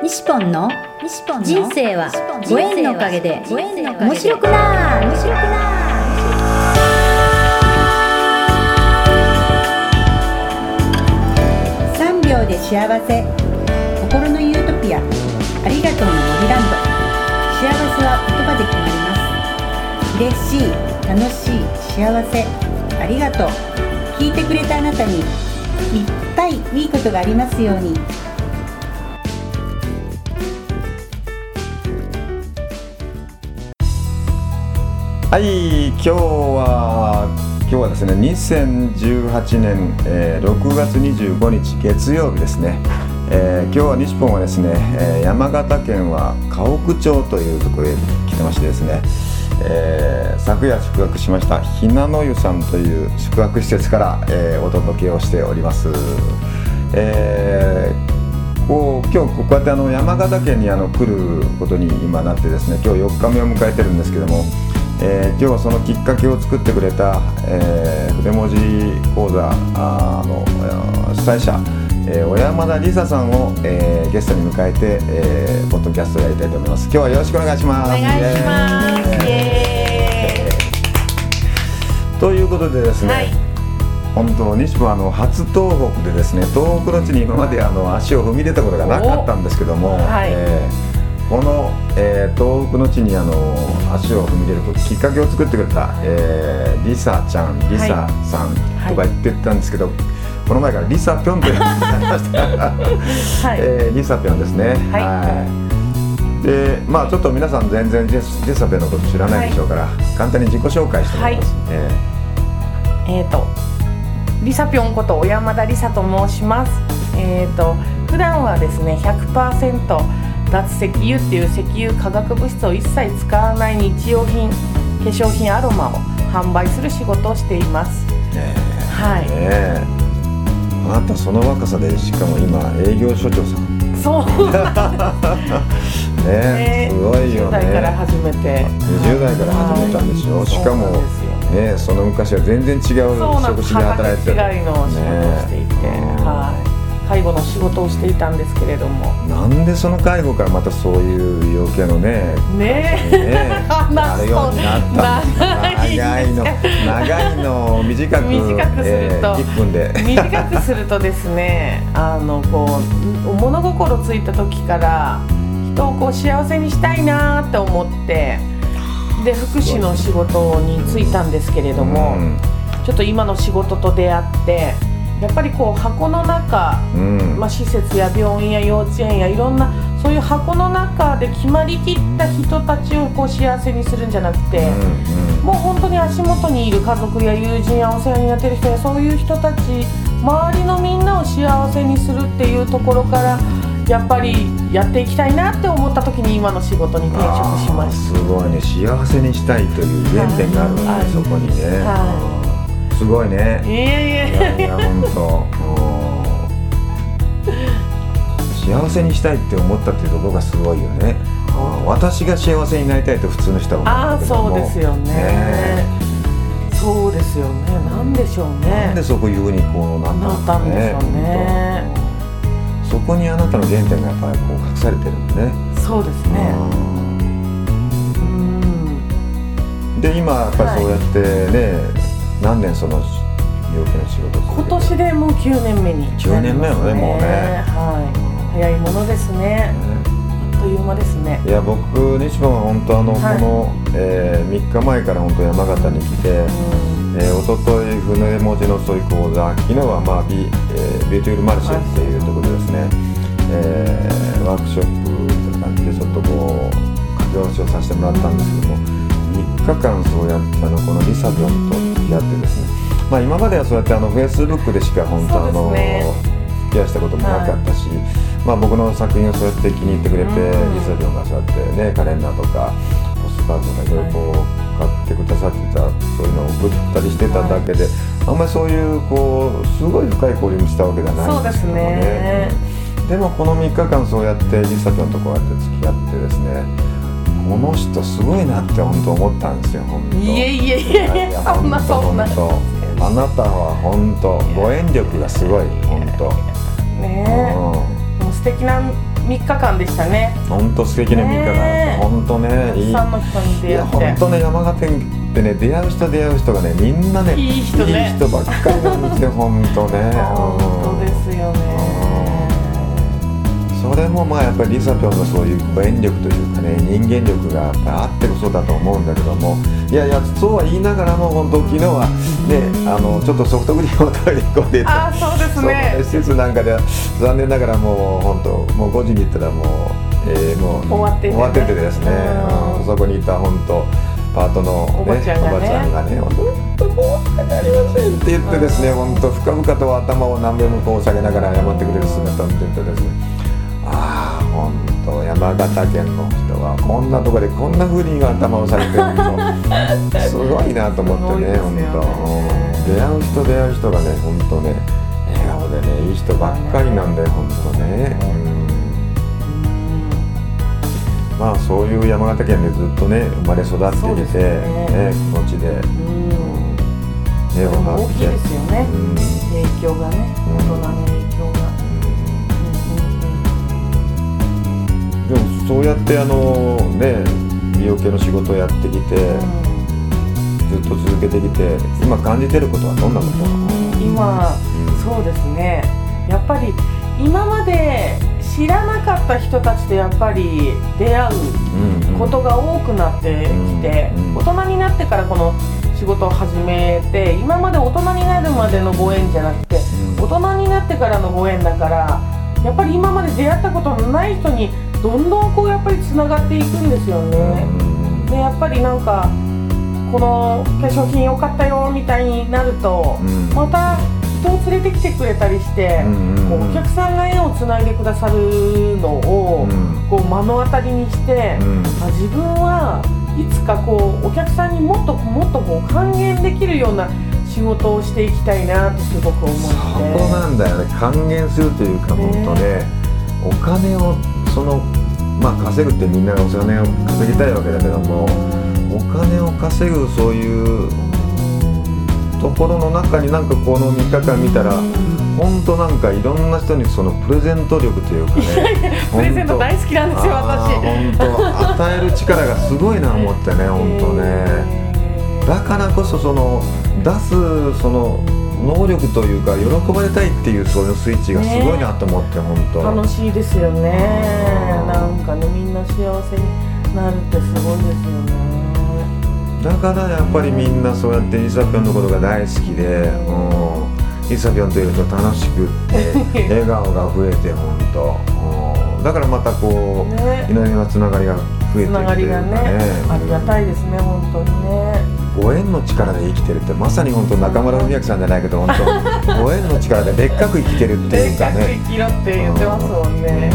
西ポンの人生はご縁のおかげで面白くなーい。3秒で幸せ、心のユートピア、ありがとうの森ランド。幸せは言葉で決まります。嬉しい、楽しい、幸せ、ありがとう。聞いてくれたあなたにいっぱいいいことがありますように。 はい、今日はですね、2018年、6月25日月曜日ですね。今日は西ポンはですね、山形県は河北町というところへ来てましてですね、昨夜宿泊しましたひなの湯さんという宿泊施設から、お届けをしております。今日こうやって山形県に来ることに今なってですね、今日4日目を迎えてるんですけども、今日はそのきっかけを作ってくれた、筆文字講座の主催者、小山田理沙さんを、ゲストに迎えて、ポッドキャストをやりたいと思います。今日はよろしくお願いします。 お願いします。 ということでですね、 はい、 本当西ポン初東北でですね、東北の地に今まで足を踏み入れたことがなかったんですけども、 はい、 この、東北の地に足を踏み入れるきっかけを作ってくれた、リサちゃん、リサさんとか言ってたんですけど、この前からリサぴょんと言ってました、リサぴょんですね。で、ちょっと皆さん全然リサぴょんのこと知らないでしょうから、簡単に自己紹介してもらいます。 リサぴょんこと小山田理沙と申します。普段はですね 100% 脱石油っていう石油化学物質を一切使わない日用品、化粧品、アロマを販売する仕事をしています。 あなたその若さで、しかも今営業所長さん。 そうすごいよね。 20代から始めて、 20代から始めたんでしょ。しかもね、その昔は全然違う職種で働いてた。違いの仕事をしていて、介護の仕事をしていたんですけれども、 なんでその介護からまたそういう要件のあるようになった長いのを短くすると、 1分で短くするとですね、物心ついた時から人を幸せにしたいなって思って、で福祉の仕事に就いたんですけれども、ちょっと今の仕事と出会って、やっぱり箱の中、施設や病院や幼稚園やいろんなそういう箱の中で決まりきった人たちを幸せにするんじゃなくて、もう本当に足元にいる家族や友人やお世話になっている人や、そういう人たち、周りのみんなを幸せにするっていうところからやっぱりやっていきたいなって思った時に今の仕事に転職しました。 すごいね、幸せにしたいという原点があるんで、そこにね、すごいね。いや本当幸せにしたいって思ったっていうところがすごいよね。私が幸せになりたいと普通の人は思うんだけども、 そうですよね。そうですよね。なんでしょうね。 なんでそこいうふうになったんでしょうね。そこにあなたの原点がやっぱり隠されてるんだね。 そうですね。 で今やっぱりそうやってね、何年その病気の仕事を今年でもう9年目に 9年目よね、もうね。 早いものですね。あっという間ですね。 いや、僕西ポンは本当この、3日前から本当山形に来て、おととい船文字のそういう講座、昨日はビューティフルマルシェっていうところでですね、ワークショップという感じでちょっと書き下ろしをさせてもらったんですけども、3日間そうやってこのリサぴょんと付き合ってですね、今まではそうやってフェイスブックでしか本当付き合いしたこともなかったし、僕の作品をそうやって気に入ってくれて、リサぴょんがそうやってね、カレンダーとかポストカードとかいろいろ買ってくださってた、そういうのを送ったりしてただけで、あんまりそういうすごい深い交流にしたわけではないんですけどもね。でもこの3日間そうやってリサぴょんとこうやって付き合ってですね、この人すごいなって本当思ったんですよ。本当いえそんなあなたは本当ご縁力がすごい、本当ねえ、もう素敵な 3日間でしたね。 本当素敵な3日間、本当ね、 たくさんの人に出会って、 本当ね、山形県ってね、出会う人がね、みんなね、 いい人ね、 いい人ばっかりなんですよ。本当ね、 本当ですよね。 それもまあやっぱりリサピョンのそういう演力というかね、人間力がやっぱりあってこそだと思うんだけども、いやいや、そうは言いながらも本当昨日はね、ちょっとソフトクリームをトイレに込んでいた、 そうですね、 施設なんかでは残念ながらもう本当もう5時に行ったらもう終わっててですね、そこにいた本当パートの、ね、 おばちゃんがね、 本当もうありませんって言ってですね、本当深々と頭を何べんもこう下げながら謝ってくれる姿を見ててですね、ああ本当山形県の人はこんなところでこんな風に頭を下げてるのすごいなと思ってね、本当出会う人がね、本当ね笑顔でね、いい人ばっかりなんで、本当ね、まあそういう山形県でずっとね生まれ育ってきて、ね、この地で根を張って大きいですよね、影響がね、大人の影響が。 でもそうやってね、美容系の仕事をやってきて、ずっと続けてきて、今感じてることはどんなこと？ 今、そうですね、やっぱり今まで知らなかった人たちとやっぱり出会うことが多くなってきて、大人になってからこの仕事を始めて、今まで大人になるまでのご縁じゃなくて、大人になってからのご縁だから、やっぱり今まで出会ったことのない人にどんどんこうやっぱりつながっていくんですよね。でやっぱりなんかこの化粧品良かったよみたいになると、また人を連れてきてくれたりして、こうお客さんが縁をつないでくださるのをこう目の当たりにして、自分はいつかこうお客さんにもっともっとこう還元できるような仕事をしていきたいなとすごく思って。 そこなんだよね、還元するというか、本当ね、お金を稼ぐってみんながお金を稼ぎたいわけだけども、お金を稼ぐそういうところの中になんかこの3日間見たら、本当なんかいろんな人にそのプレゼント力というかねプレゼント大好きなんですよ、私。 本当与える力がすごいな思ってね、本当ね。だからこそその出すその能力というか、喜ばれたいっていうそういうスイッチがすごいなと思って、本当楽しいですよね。なんかね、みんな幸せになるってすごいですよね。 だからやっぱりみんなそうやってリサピョンのことが大好きで、リサピョンといると楽しくって笑顔が増えて、本当だからまたこういろいろなつながりが増えてきてるんだね。 ありがたいですね、本当にね。 ご縁の力で生きてるって、まさに本当中村文明さんじゃないけど、本当ご縁の力ででっかく生きてるっていうかね。 でっかく生きろって言ってますもんね。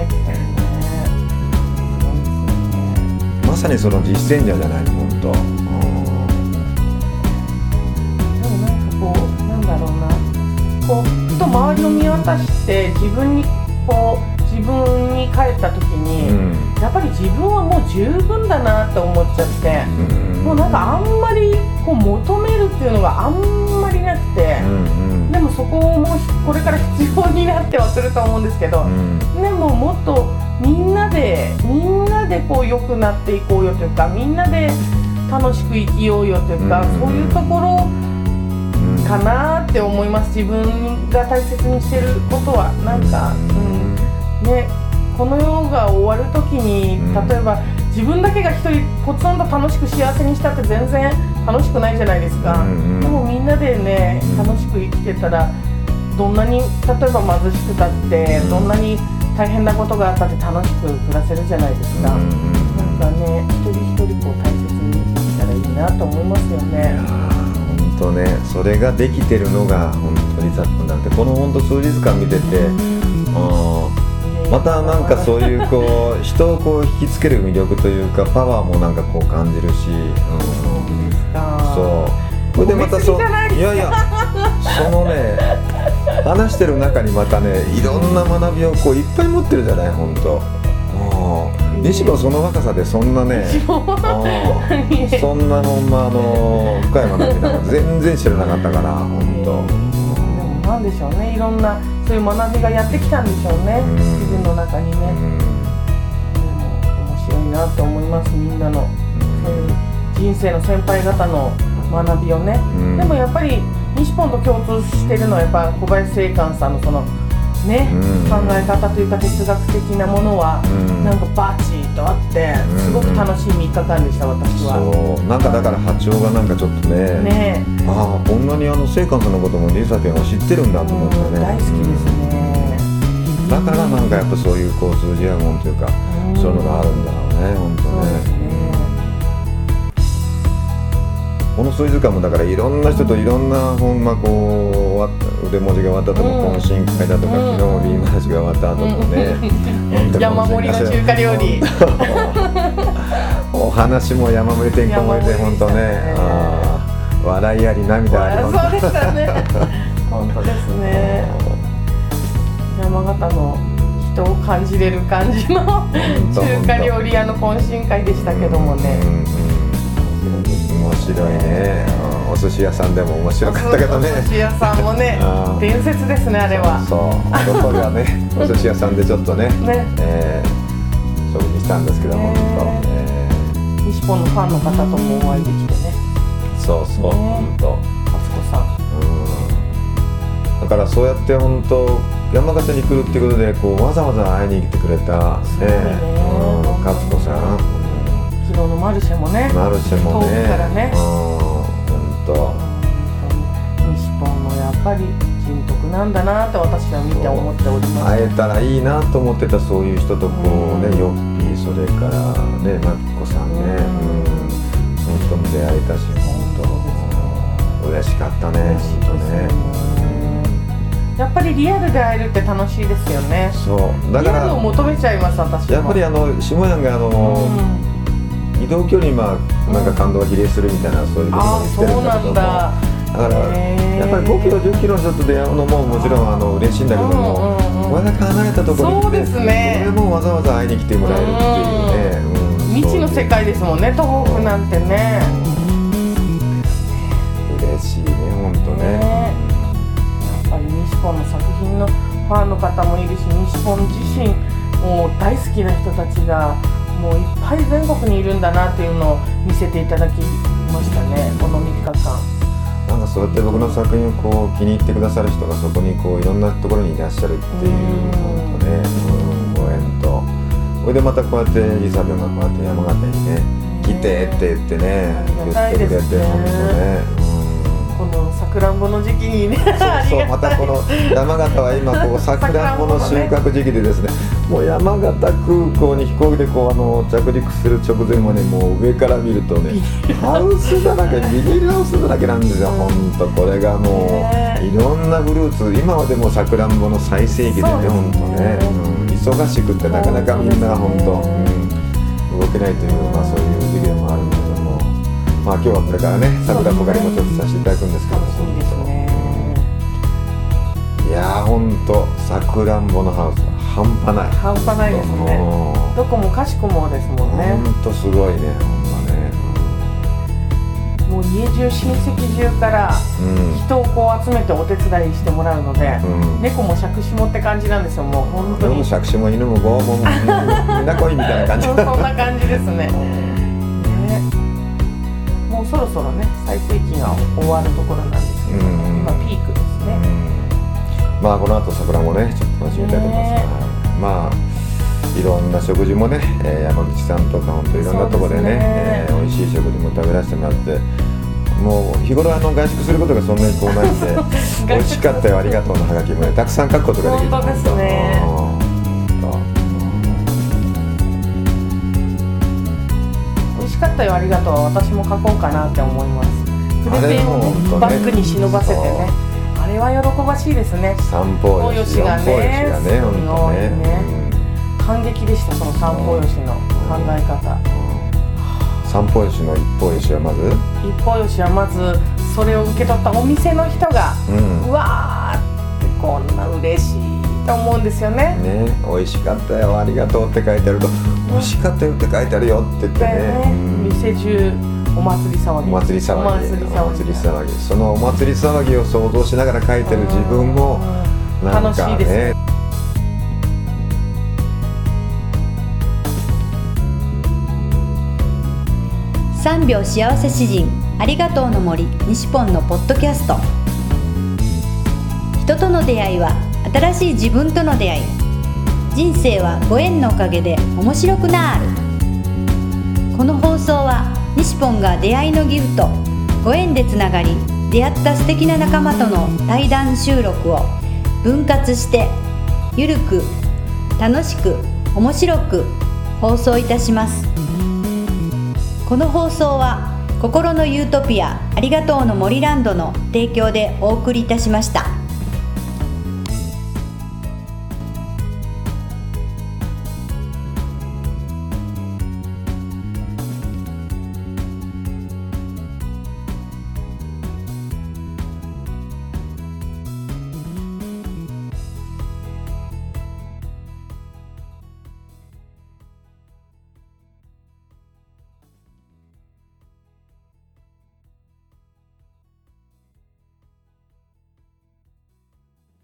まさにその実践者じゃないの、本当。 でもなんかこう、なんだろうな、こうふと周りを見渡して自分に帰った時に、やっぱり自分はもう十分だなって思っちゃって、もうなんかあんまりこう求めるっていうのがあんまりなくて、でもそこをもうこれから必要になってはくると思うんですけど、でももっとみんなでこう良くなっていこうよというか、みんなで楽しく生きようよというか、そういうところかなって思います。自分が大切にしてることはなんか、ね、この世が終わる時に、例えば自分だけが一人ポツンと楽しく幸せにしたって全然楽しくないじゃないですか。でもみんなでね、楽しく生きてたら、どんなに例えば貧しくたって、どんなに大変なことがあったって楽しく暮らせるじゃないですか。なんかね、一人一人こう大切にできたらいいなと思いますよね。 本当ね、それができてるのが本当にリサピョンなんて、この本当数日間見てて、またなんかそういうこう人をこう引きつける魅力というか、パワーもなんかこう感じるし、そう。それでまたそのね、話してる中にまたね、いろんな学びをこういっぱい持ってるじゃない、本当。西もその若さでそんなね、そんなほんま深い学びなんか全然知らなかったから、本当。 でもなんでしょうね、いろんなそういう学びがやってきたんでしょうね、自分の中にね。でも面白いなと思います。みんなのそういう人生の先輩方の学びをね。でもやっぱり西ポンと共通してるのはやっぱ小林正観さんのそのね、考え方というか哲学的なものはなんかバチッとあってすごく楽しい3日間でした。私はそうなんかだから波長がなんかちょっとね、ああこんなに正観さんのこともリサピンは知ってるんだと思ってね、 大好きですね。 だからなんかやっぱそういう交通事案というかそういうのがあるんだろうね、本当ね。この数日間もだからいろんな人といろんな本間こう腕文字が終わった後も懇親会だとか、昨日もビーム話が終わった後もね、 山盛りの中華料理お話も山盛りてんこ盛りで本当ね、笑いあり涙あり、 そうでしたね本当ですね。山形の人を感じれる感じの中華料理屋の懇親会でしたけどもね、 面白いね。お寿司屋さんでも面白かったけどね。 お寿司屋さんもね伝説ですね、あれは。 そうそこがねお寿司屋さんでちょっとね食事したんですけども、 西ポンのファンの方ともお会いできてね。 そう本当敦子さん。 だからそうやって本当山形に来るっていうことでこうわざわざ会いに来てくれた勝子さん、 昨日のマルシェもね、 マルシェもね、 遠くからね、 本当西ポンのやっぱり人徳なんだなって私は見て思っております。 会えたらいいなと思ってたそういう人とこうね、ヨッピー、それからねマッコさんね、その人も出会えたし、本当嬉しかったね、本当ね。 やっぱりリアルで会えるって楽しいですよね。 そうだからリアルを求めちゃいます。私やっぱり下山が移動距離になんか感動が比例するみたいなそういうことも言ってるんだけども、だからやっぱり5キロ10キロの人と出会うのももちろん嬉しいんだけども、これだけ離れたところにそうですね、 それもわざわざ会いに来てもらえるっていうね、 未知の世界ですもんね、東北なんてね。 嬉しいね、本当ね。 やっぱり西ポンの作品のファンの方もいるし、西ポン自身もう大好きな人たちがもういっぱい全国にいるんだなっていうのを見せていただきましたね、この3日間。 なんかそうやって僕の作品をこう気に入ってくださる人がそこにこういろんなところにいらっしゃるっていう本当ね、ご縁と、それでまたこうやってリサビョンがこうやって山形にね来てって言ってね、言ってくれて、本当ね。 このさくらんぼの時期にね、 そうまたこの山形は今こうさくらんぼの収穫時期でですね、もう山形空港に飛行機でこう着陸する直前までもう上から見るとねハウスだらけ、ビニールハウスだらけなんですよ。本当これがもういろんなフルーツ、今はでもさくらんぼの最盛期でね、本当ね、忙しくってなかなかみんな本当、動けないという、そういう時期でもあるんだけども、今日はこれからね桜ぼかりもちょっとさせていただくんですけど、いやーほんとさくらんぼのハウス半端ない、 半端ないですね。どこもかしこもですもんね。 ほんとすごいね、ほんまね。 もう家中親戚中から人をこう集めてお手伝いしてもらうので、猫も杓子もって感じなんですよ。もう本当に杓子も犬もゴーもみんな来いみたいな感じそんな感じですね。もうそろそろね最盛期が終わるところなんですけど、今ピークですね。 この後桜もねちょっと楽しみたいと思います。いろんな食事もね、山口さんとか本当いろんなところでね、美味しい食事も食べらせてもらって、もう日頃外食することがそんなにこうないんで美味しかったよありがとうのハガキもねたくさん書くことができる。 本当ですね。美味しかったよありがとうは私も書こうかなって思います。プレゼンをバッグに忍ばせてね、あれは喜ばしいですね。 三方よしがね、本当ね。 感激でした、その三方よしの考え方。 三方よしの一方よしはまず一方よしはまずそれを受け取ったお店の人が、うわーってこんな嬉しいと思うんですよね。 美味しかったよありがとうって書いてあると、美味しかったよって書いてあるよって言ってね、 店中お祭り騒ぎ、 お祭り騒ぎ、そのお祭り騒ぎを想像しながら書いてる自分も楽しいですね。 3秒幸せ詩人ありがとうの森西ポンのポッドキャスト。人との出会いは新しい自分との出会い。人生はご縁のおかげで面白くなる。この放送は西ポンが出会いのギフト、ご縁でつながり出会った素敵な仲間との対談収録を分割してゆるく楽しく面白く放送いたします。この放送は心のユートピアありがとうの森ランドの提供でお送りいたしました。